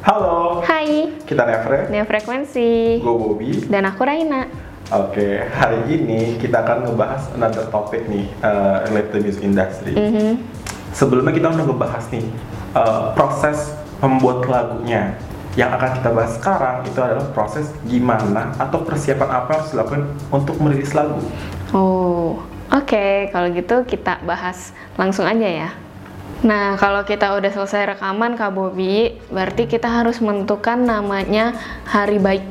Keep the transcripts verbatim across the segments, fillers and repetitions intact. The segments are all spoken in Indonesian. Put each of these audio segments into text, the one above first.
Halo, Hai, kita Nevre, Neo Frekuensi, gue Bobby. dan aku Raina. Oke, hari ini kita akan ngebahas another topic nih, uh, related to music industry. Mhm. Sebelumnya kita udah ngebahas nih, uh, proses membuat lagunya. Yang akan kita bahas sekarang itu adalah proses gimana atau persiapan apa yang harus dilakukan untuk merilis lagu. Oh, oke. Kalau gitu kita bahas langsung aja ya. Nah, kalau kita udah selesai rekaman Kak Bobby, berarti kita harus menentukan namanya hari baik.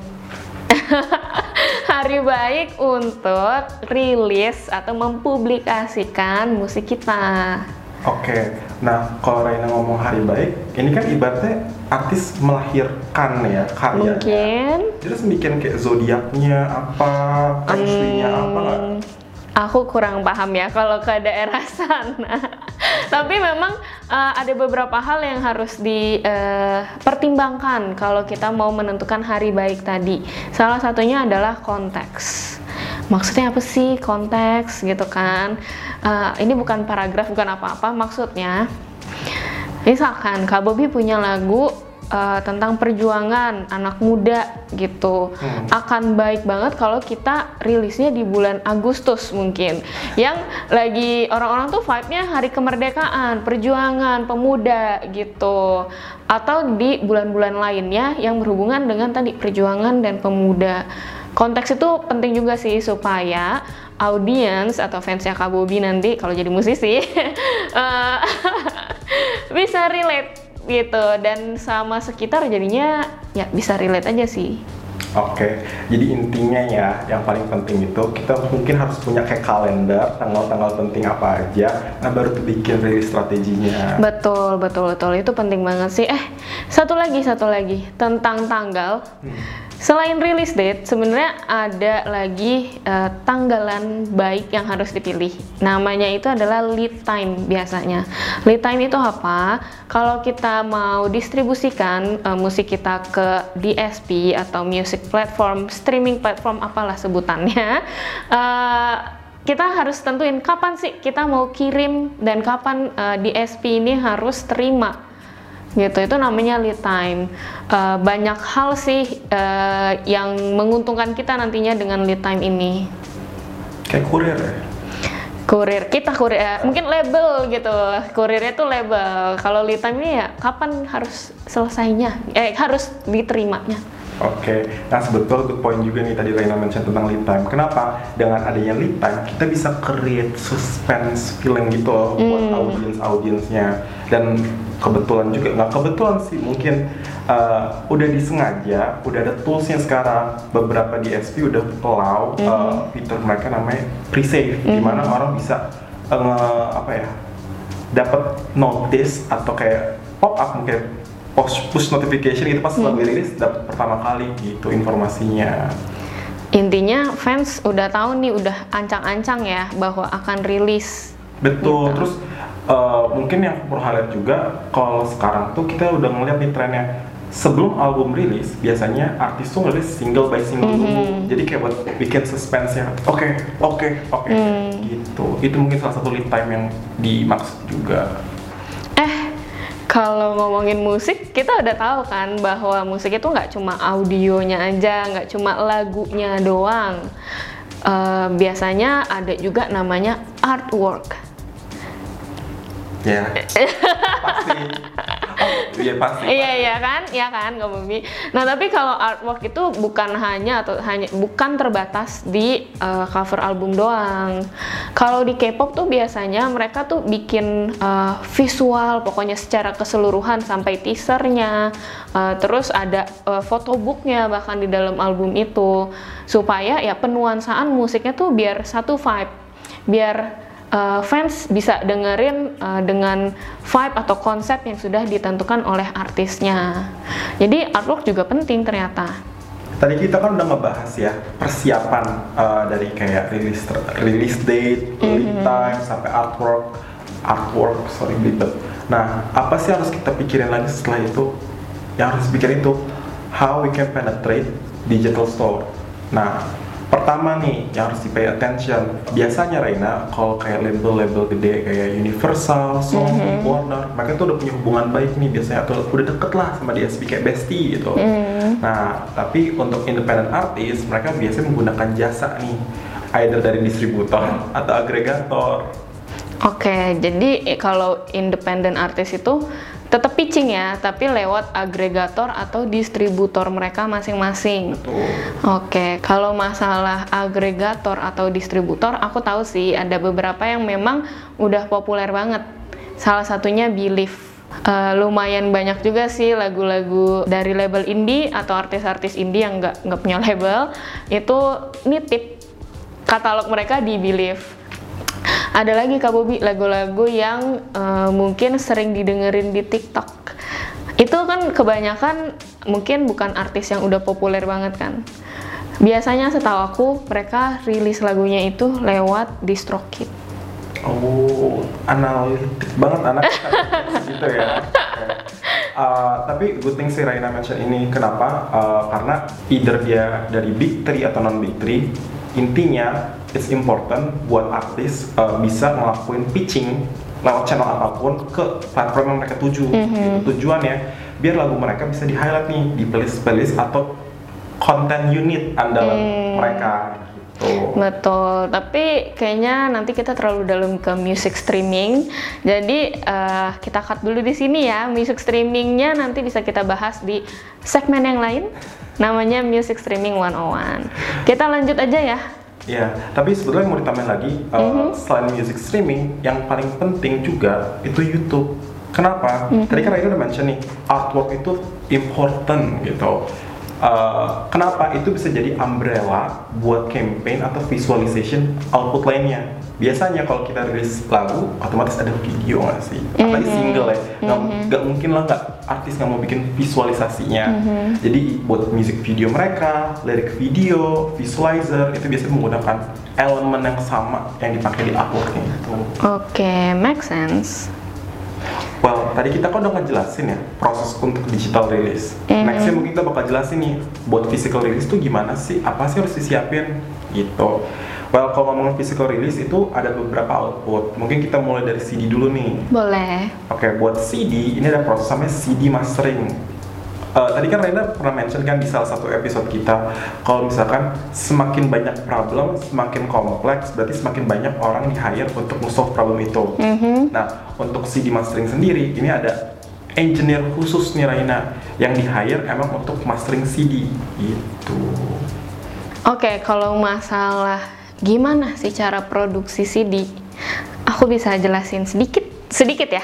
Hari baik untuk rilis atau mempublikasikan musik kita. Oke, nah kalau Raina ngomong hari baik, ini kan ibaratnya artis melahirkan ya karyanya. Mungkin. Terus bikin kayak zodiaknya apa, feng-shui-nya apa nggak? Aku kurang paham ya kalau ke daerah sana. Tapi memang uh, ada beberapa hal yang harus dipertimbangkan kalau kita mau menentukan hari baik tadi. Salah satunya adalah konteks. Maksudnya apa sih konteks gitu kan? Uh, ini bukan paragraf, bukan apa-apa. Maksudnya, misalkan Kak Bobby punya lagu Uh, tentang perjuangan anak muda gitu, hmm. akan baik banget kalau kita rilisnya di bulan Agustus mungkin, yang lagi orang-orang tuh vibe-nya hari kemerdekaan, perjuangan pemuda gitu, atau di bulan-bulan lainnya yang berhubungan dengan tadi perjuangan dan pemuda. Konteks itu penting juga sih supaya audiens atau fansnya Kak Bobby nanti kalau jadi musisi uh, bisa relate gitu, dan sama sekitar jadinya ya bisa relate aja sih. Oke, jadi intinya ya yang paling penting itu kita mungkin harus punya kayak kalender, tanggal-tanggal penting apa aja, nah baru tuh bikin rilis strateginya. Betul, betul, betul, itu penting banget sih. Eh, satu lagi, satu lagi tentang tanggal. Hmm. Selain release date, sebenarnya ada lagi uh, tanggalan baik yang harus dipilih. Namanya itu adalah lead time biasanya. Lead time itu apa? Kalau kita mau distribusikan uh, musik kita ke D S P atau music platform, streaming platform apalah sebutannya, uh, kita harus tentuin kapan sih kita mau kirim dan kapan uh, D S P ini harus terima. Gitu, itu namanya lead time. Uh, banyak hal sih uh, yang menguntungkan kita nantinya dengan lead time ini. Kayak kurir ya? Kurir, kita kurir, ya. Mungkin label gitu. Kurirnya tuh label. Kalau lead time ini ya kapan harus selesainya, eh harus diterimanya. Oke, nah sebetulnya good point juga nih tadi Raina mention tentang lead time. Kenapa? Dengan adanya lead time, kita bisa create suspense feeling gitu loh mm. buat audiens-audiensnya. Dan kebetulan juga, nggak kebetulan sih, mungkin uh, udah disengaja, udah ada toolsnya sekarang. Beberapa D S P udah allow mm. uh, fitur mereka namanya pre-save, mm. dimana orang bisa uh, apa ya, dapat notice atau kayak pop-up mungkin push notification itu pas lagu hmm. rilis dapat pertama kali gitu informasinya. Intinya fans udah tahu nih, udah ancang-ancang ya bahwa akan rilis. Betul. Gitu. Terus uh, mungkin yang perlu highlight juga kalau sekarang tuh kita udah ngeliat nih trennya. Sebelum album rilis biasanya artis tuh ngerilis single by single dulu. Mm-hmm. Jadi kayak buat bikin suspense ya. Oke, oke, oke. Gitu. Itu mungkin salah satu lead time yang dimaksud juga. Kalau ngomongin musik, kita udah tahu kan bahwa musik itu nggak cuma audionya aja, nggak cuma lagunya doang. Uh, biasanya ada juga namanya artwork. Ya, pasti. Oh, iya pasti. Iya iya kan, iya kan, Kak Bobby. Nah tapi kalau artwork itu bukan hanya atau hanya bukan terbatas di uh, cover album doang. Kalau di K-pop tuh biasanya mereka tuh bikin uh, visual, pokoknya secara keseluruhan sampai teasernya, uh, terus ada uh, photobooknya bahkan di dalam album itu, supaya ya penuansaan musiknya tuh biar satu vibe, biar Uh, fans bisa dengerin uh, dengan vibe atau konsep yang sudah ditentukan oleh artisnya. Jadi artwork juga penting ternyata. Tadi kita kan udah ngebahas ya persiapan uh, dari kayak release release date, mm-hmm. lead time sampai artwork, artwork sorry belibet. Nah, apa sih harus kita pikirin lagi setelah itu? Yang harus pikirin itu how we can penetrate digital store. Nah, Pertama nih yang harus di pay attention, biasanya Reina kalau kayak label-label gede kayak Universal, Sony, mm-hmm. Warner, mereka tuh udah punya hubungan baik nih biasanya, atau udah deket lah sama D S P kayak bestie gitu. Mm. Nah tapi untuk independent artist mereka biasanya menggunakan jasa nih, either dari distributor atau agregator. Oke, jadi kalau independent artist itu tetap pitching ya, tapi lewat agregator atau distributor mereka masing-masing. Betul. Oke, kalau masalah agregator atau distributor, aku tahu sih ada beberapa yang memang udah populer banget. Salah satunya Believe. Uh, lumayan banyak juga sih lagu-lagu dari label indie atau artis-artis indie yang nggak nggak punya label itu nitip katalog mereka di Believe. Ada lagi Kak Bobi, lagu-lagu yang uh, mungkin sering didengerin di TikTok. Itu kan kebanyakan mungkin bukan artis yang udah populer banget kan. Biasanya setahu aku mereka rilis lagunya itu lewat DistroKid. Oh, analitik banget anak gitu ya. Okay. Uh, tapi good thing si Raina mention ini, kenapa? Uh, karena either dia dari big three atau non big three, intinya it's important buat artis uh, bisa ngelakuin pitching lewat channel apapun ke platform yang mereka tuju. Mm-hmm. Gitu. Tujuannya biar lagu mereka bisa di highlight nih di playlist-playlist atau konten unit andalan mm. mereka. Gitu. Betul, tapi kayaknya nanti kita terlalu dalam ke music streaming. Jadi uh, kita cut dulu di sini ya. Music streamingnya nanti bisa kita bahas di segmen yang lain. Namanya Music Streaming seratus satu. Kita lanjut aja ya. Ya, tapi sebetulnya mau ditambahin lagi, uh, mm-hmm. selain music streaming, yang paling penting juga itu YouTube. Kenapa? Mm-hmm. Tadi kan Raina udah mention nih, artwork itu important gitu. Uh, kenapa? Itu bisa jadi umbrella buat campaign atau visualization output lainnya. Biasanya kalau kita rilis lagu, otomatis ada video nggak sih? Mm-hmm. Apalagi single ya, nggak mm-hmm. mungkin lah nggak artis nggak mau bikin visualisasinya. Mm-hmm. Jadi buat music video mereka, lirik video, visualizer itu biasanya menggunakan elemen yang sama yang dipakai di artworknya itu. Oke, okay, make sense. Well, tadi kita kan udah ngejelasin ya proses untuk digital release. Mm-hmm. Nextnya mungkin kita bakal jelasin nih buat physical release tuh gimana sih? Apa sih harus disiapin? Gitu. Well, kalau ngomongin physical release itu ada beberapa output. Mungkin kita mulai dari C D dulu nih. Boleh. Oke, okay, buat C D ini ada proses namanya C D mastering. Uh, tadi kan Raina pernah mention kan di salah satu episode kita, kalau misalkan semakin banyak problem, semakin kompleks, berarti semakin banyak orang di-hire untuk nge-solve problem itu. Mm-hmm. Nah, untuk C D mastering sendiri, ini ada engineer khusus nih Raina yang di-hire emang untuk mastering C D gitu. Oke, okay, kalau masalah gimana sih cara produksi C D? Aku bisa jelasin sedikit, sedikit ya.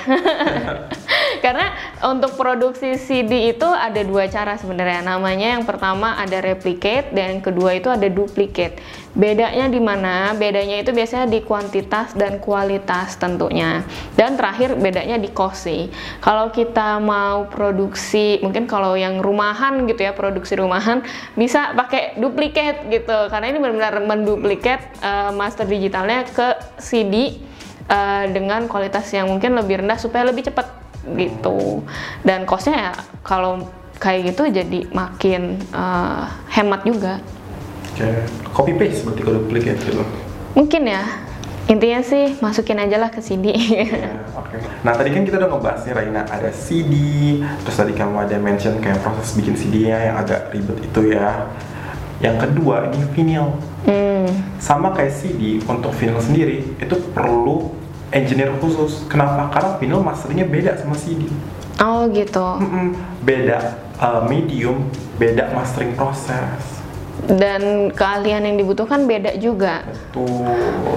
Karena untuk produksi C D itu ada dua cara sebenarnya. Namanya yang pertama ada replicate dan yang kedua itu ada duplicate. Bedanya di mana? Bedanya itu biasanya di kuantitas dan kualitas tentunya. Dan terakhir bedanya di cost sih. Kalau kita mau produksi, mungkin kalau yang rumahan gitu ya, produksi rumahan bisa pakai duplicate gitu. Karena ini benar-benar menduplikat uh, master digitalnya ke C D uh, dengan kualitas yang mungkin lebih rendah supaya lebih cepat gitu. Dan costnya ya kalau kayak gitu jadi makin uh, hemat juga. Kayak copy paste berarti kalau duplicate gitu. Mungkin ya. Intinya sih masukin aja lah ke C D. Yeah, okay. Nah tadi kan kita udah ngebahas nih Raina, ada C D, terus tadi kamu ada mention kayak proses bikin C D-nya yang agak ribet itu ya. Yang kedua ini vinyl. Mm. Sama kayak C D, untuk vinyl sendiri itu perlu engineer khusus. Kenapa? Karena vinyl masternya beda sama C D. Oh gitu. Mm-mm. Beda uh, medium, beda mastering proses. Dan keahlian yang dibutuhkan beda juga. Betul.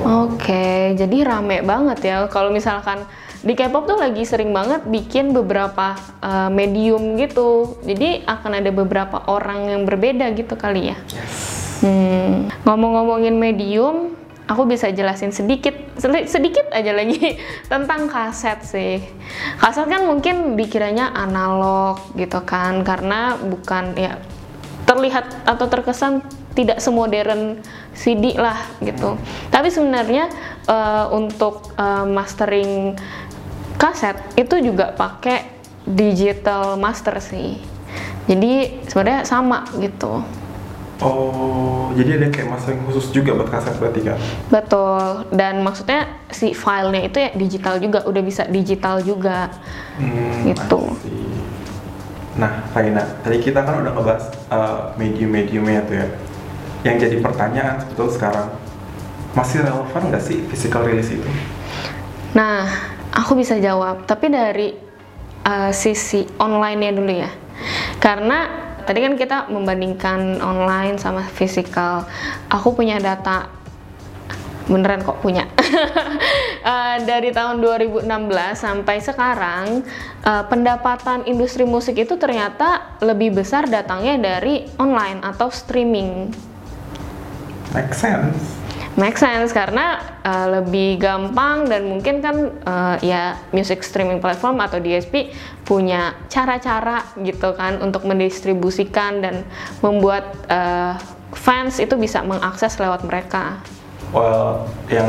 Oke, jadi rame banget ya. Kalau misalkan di K-pop tuh lagi sering banget bikin beberapa uh, medium gitu. Jadi akan ada beberapa orang yang berbeda gitu kali ya. Yes. Hmm, ngomong-ngomongin medium, aku bisa jelasin sedikit, sedikit aja lagi tentang kaset sih. Kaset kan mungkin dikiranya analog gitu kan, karena bukan ya terlihat atau terkesan tidak semodern C D lah gitu. Tapi sebenarnya uh, untuk uh, mastering kaset itu juga pakai digital master sih. Jadi sebenarnya sama gitu. Oh, jadi ada kayak masa yang khusus juga buat kaset berarti kan? Betul, dan maksudnya si filenya itu ya digital juga, udah bisa digital juga, Hmm, gitu. I see. Nah, Raina, tadi kita kan udah ngebahas uh, medium-mediumnya tuh ya. Yang jadi pertanyaan sebetulnya sekarang, masih relevan nggak sih physical release itu? Nah, aku bisa jawab, tapi dari uh, sisi online-nya dulu ya. Karena tadi kan kita membandingkan online sama fisikal. Aku punya data, beneran kok punya. uh, dari tahun dua ribu enam belas sampai sekarang, uh, pendapatan industri musik itu ternyata lebih besar datangnya dari online atau streaming. Make sense. Make sense karena uh, lebih gampang dan mungkin kan uh, ya music streaming platform atau D S P punya cara-cara gitu kan untuk mendistribusikan dan membuat uh, fans itu bisa mengakses lewat mereka. Well, yang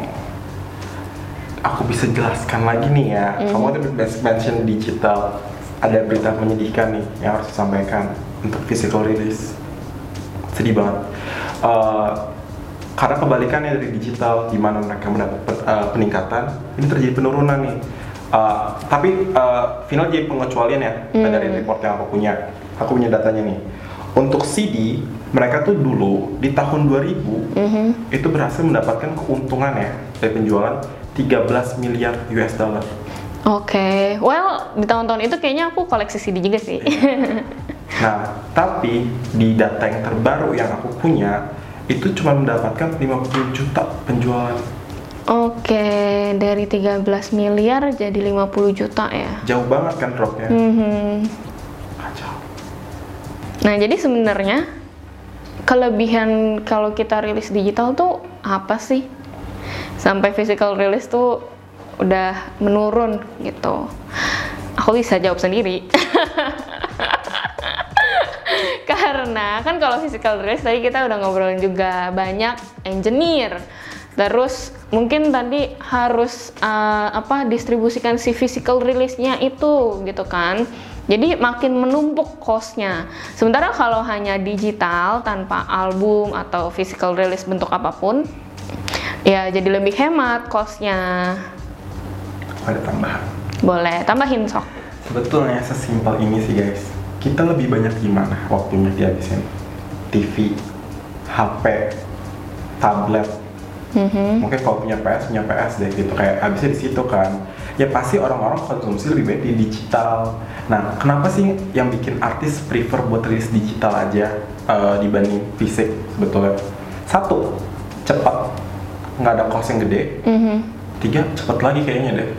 aku bisa jelaskan lagi nih ya, mm. kamu tadi mention digital, ada berita menyedihkan nih yang harus disampaikan untuk physical release. Sedih banget. Uh, Karena kebalikannya dari digital, di mana mereka mendapat uh, peningkatan, ini terjadi penurunan nih. Uh, tapi uh, final jadi pengecualian ya, mm. dari report yang aku punya. Aku punya datanya nih. Untuk C D, mereka tuh dulu di tahun dua ribu mm-hmm. itu berhasil mendapatkan keuntungan ya dari penjualan tiga belas miliar U S dollar. Oke, okay. Well di tahun-tahun itu kayaknya aku koleksi C D juga sih. Nah, tapi di data yang terbaru yang aku punya, itu cuma mendapatkan lima puluh juta penjualan. Oke, dari tiga belas miliar jadi lima puluh juta ya. Jauh banget kan dropnya. Mm-hmm. Kacau. Nah, jadi sebenarnya kelebihan kalau kita rilis digital tuh apa sih? Sampai physical release tuh udah menurun gitu. Aku bisa jawab sendiri. Karena kan kalau physical release tadi kita udah ngobrolin juga banyak engineer, terus mungkin tadi harus uh, apa distribusikan si physical release-nya itu gitu kan, jadi makin menumpuk cost-nya. Sementara kalau hanya digital tanpa album atau physical release bentuk apapun, ya jadi lebih hemat cost-nya. Ada tambahan? Boleh, tambahin sok. Sebetulnya sesimpel ini sih guys. Kita lebih banyak gimana waktunya dihabisin? T V, H P, tablet. Mm-hmm. Mungkin kalau punya P S, punya P S deh gitu. Kayak habisnya di situ kan. Ya pasti orang-orang konsumsi lebih baik di digital. Nah, kenapa sih yang bikin artis prefer buat rilis digital aja uh, dibanding fisik sebetulnya? Satu, cepat, nggak ada cost yang gede. Mm-hmm. Tiga, cepat lagi kayaknya deh.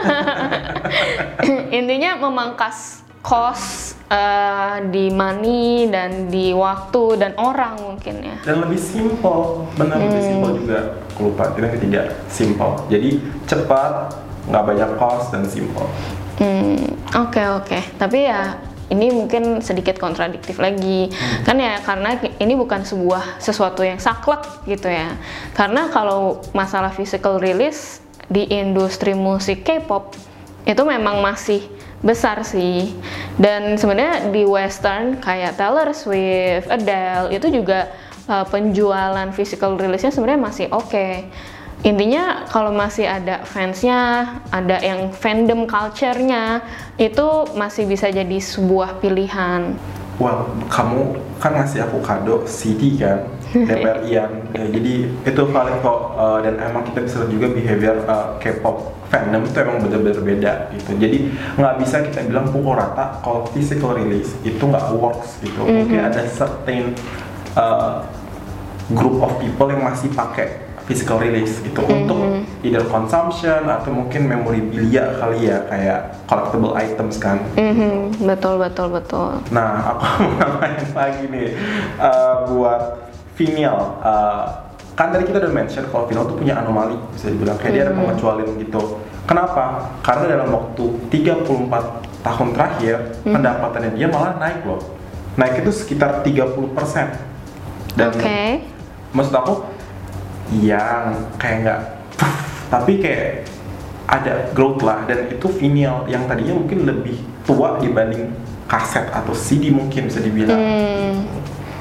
Intinya memangkas cost uh, di money dan di waktu dan orang mungkin ya. Dan lebih simple, benar hmm. lebih simple juga. Aku lupa, itu yang ketiga, simple. Jadi cepat, nggak banyak cost dan simple. Hmm, oke okay, oke. Okay. Tapi ya ini mungkin sedikit kontradiktif lagi, hmm. kan ya karena ini bukan sebuah sesuatu yang saklek gitu ya. Karena kalau masalah physical release di industri musik K-pop itu memang masih besar sih, dan sebenarnya di western kayak Taylor Swift, Adele itu juga uh, penjualan physical release-nya sebenarnya masih oke. Okay. Intinya kalau masih ada fansnya, ada yang fandom culture-nya, itu masih bisa jadi sebuah pilihan. Well, kamu kan ngasih aku kado C D kan, D P R I-an, ya, jadi itu valid kok, uh, dan emang kita bisa lihat juga behavior uh, K-pop fandom itu emang bener-bener beda gitu. Jadi nggak bisa kita bilang pukul rata kalau physical release itu nggak works gitu. Mm-hmm. Mungkin ada certain uh, group of people yang masih pakai physical release gitu mm-hmm. untuk either consumption atau mungkin memorabilia kali ya, kayak collectible items kan. Mm-hmm. Betul betul betul. Nah, aku mau nambahin lagi nih uh, buat vinyl. Uh, kan tadi kita udah mention kalau vinyl tuh punya anomali, bisa dibilang kayak mm-hmm. dia ada pengecualian gitu. Kenapa? Karena dalam waktu tiga puluh empat tahun terakhir mm-hmm. pendapatannya dia malah naik loh. Naik itu sekitar tiga puluh persen. Dan okay. maksud aku yang kayak nggak, tapi kayak ada growth lah, dan itu vinyl yang tadinya mungkin lebih tua dibanding kaset atau C D mungkin bisa dibilang. Hmm.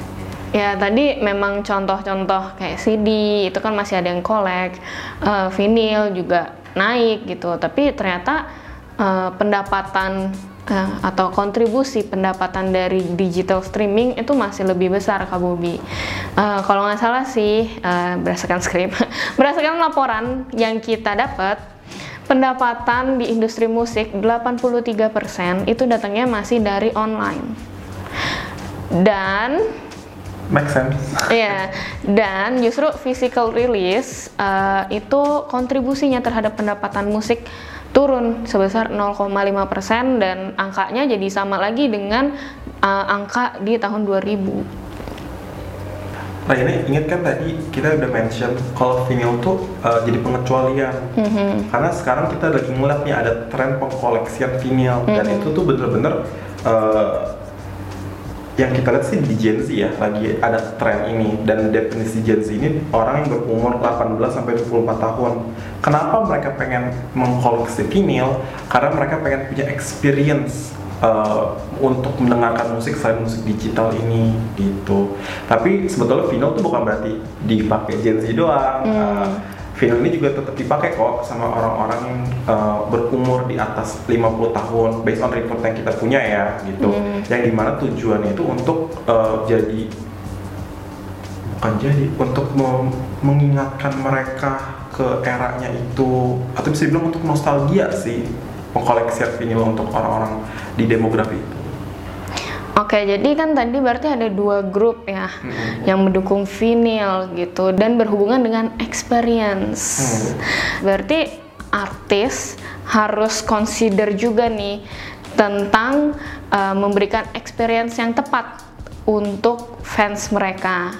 Ya tadi memang contoh-contoh kayak C D itu kan masih ada yang collect, uh, vinyl juga naik gitu. Tapi ternyata uh, pendapatan uh, atau kontribusi pendapatan dari digital streaming itu masih lebih besar, Kak Bobi. Uh, kalau nggak salah sih uh, berdasarkan skrip, berdasarkan laporan yang kita dapat, pendapatan di industri musik delapan puluh tiga persen itu datangnya masih dari online. Dan make sense. Iya, dan justru physical release uh, itu kontribusinya terhadap pendapatan musik turun sebesar nol koma lima persen dan angkanya jadi sama lagi dengan uh, angka di tahun dua ribu. Nah ini ingat kan tadi kita udah mention kalau vinyl tuh uh, jadi pengecualian, mm-hmm. karena sekarang kita lagi ngeliat nih ada tren pengkoleksian vinyl, mm-hmm. dan itu tuh bener-bener uh, yang kita lihat sih di Gen Z ya, lagi ada tren ini. Dan definisi Gen Z ini orang yang berumur delapan belas sampai dua puluh empat tahun. Kenapa mereka pengen mengkoleksi vinyl? Karena mereka pengen punya experience uh, untuk mendengarkan musik selain musik digital ini gitu. Tapi sebetulnya vinyl tuh bukan berarti dipakai Gen Z doang. Hmm. Uh, vinyl ini juga tetap dipakai kok sama orang-orang yang uh, berumur di atas lima puluh tahun, based on report yang kita punya ya gitu. Hmm. Yang dimana tujuannya itu untuk uh, jadi bukan jadi untuk mem- mengingatkan mereka ke eranya itu, atau bisa dibilang untuk nostalgia sih pengkoleksian vinyl untuk orang-orang di demografi itu. Oke, jadi kan tadi berarti ada dua grup ya, hmm. yang mendukung vinyl gitu dan berhubungan dengan experience. Hmm. Berarti artis harus consider juga nih tentang uh, memberikan experience yang tepat untuk fans mereka.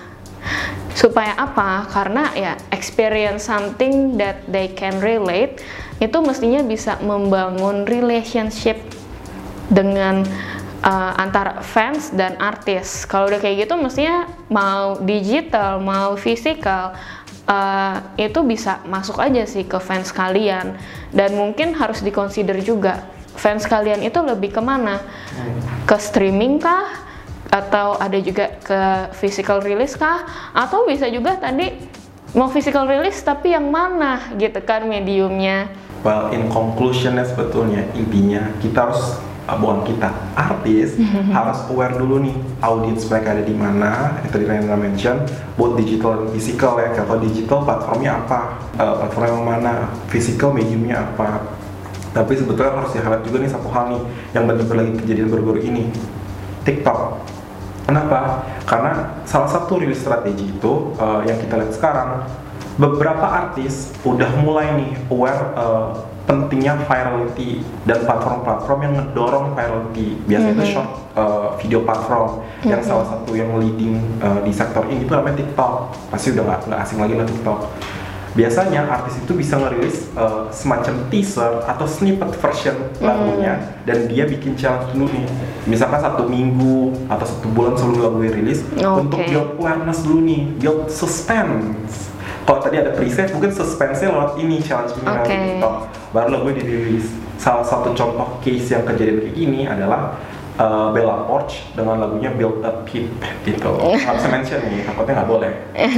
Supaya apa? Karena ya experience something that they can relate itu mestinya bisa membangun relationship dengan Uh, antara fans dan artis. Kalau udah kayak gitu mestinya mau digital, mau physical, uh, itu bisa masuk aja sih ke fans kalian. Dan mungkin harus dikonsider juga fans kalian itu lebih kemana? Ke streaming kah? Atau ada juga ke physical release kah? Atau bisa juga tadi mau physical release tapi yang mana gitu kan mediumnya? Well, in conclusion ya sebetulnya intinya kita harus bukan kita, artis mm-hmm. harus aware dulu nih audiens mereka ada di mana. Yang tadi Raina mention buat digital dan physical ya. Kalau digital platformnya apa, uh, platformnya yang mana, physical mediumnya apa. Tapi sebetulnya harus di-highlight juga nih satu hal nih yang benar-benar lagi kejadian baru-baru ini, TikTok. Kenapa? Karena salah satu rilis strategi itu uh, yang kita lihat sekarang, beberapa artis udah mulai nih aware uh, pentingnya virality dan platform-platform yang ngedorong virality. Biasanya mm-hmm. itu short uh, video platform mm-hmm. yang salah satu yang leading uh, di sektor ini itu namanya TikTok. Pasti udah nggak nggak asing lagi lah TikTok. Biasanya artis itu bisa ngerilis uh, semacam teaser atau snippet version lagunya mm-hmm. dan dia bikin challenge dulu nih. Misalkan satu minggu atau satu bulan sebelum lagunya rilis okay. untuk build awareness dulu nih, build suspense. Kalau tadi ada preset, mungkin suspense-nya lewat ini challenge-nya okay. di TikTok. Baru lagu dirilis. Salah satu contoh case yang kejadian kayak gini adalah uh, Bella Poarch dengan lagunya Build a Pip gitu. Nggak bisa mention nih, takutnya nggak boleh.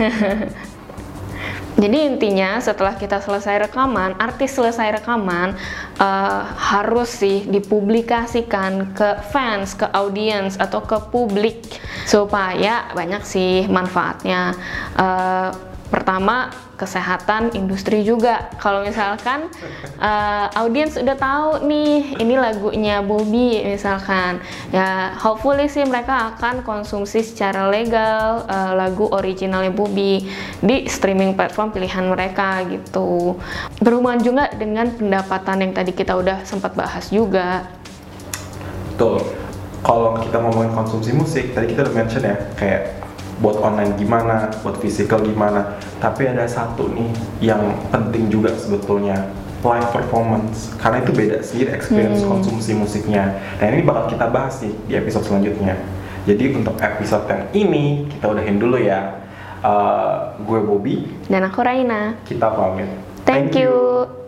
Jadi intinya setelah kita selesai rekaman, artis selesai rekaman uh, harus sih dipublikasikan ke fans, ke audiens atau ke publik supaya banyak sih manfaatnya. Uh, Pertama, kesehatan industri juga. Kalau misalkan uh, audiens udah tahu nih, ini lagunya Bobby misalkan, ya hopefully sih mereka akan konsumsi secara legal uh, lagu originalnya Bobby di streaming platform pilihan mereka gitu. Berhubungan juga dengan pendapatan yang tadi kita udah sempat bahas juga. Betul. Kalau kita ngomongin konsumsi musik, tadi kita udah mention ya, kayak buat online gimana, buat physical gimana. Tapi ada satu nih yang penting juga sebetulnya, live performance. Karena itu beda sih experience hmm. konsumsi musiknya. Nah ini bakal kita bahas nih di episode selanjutnya. Jadi untuk episode yang ini kita udahin dulu ya. Uh, gue Bobby dan aku Raina. Kita pamit. Thank, Thank you. you.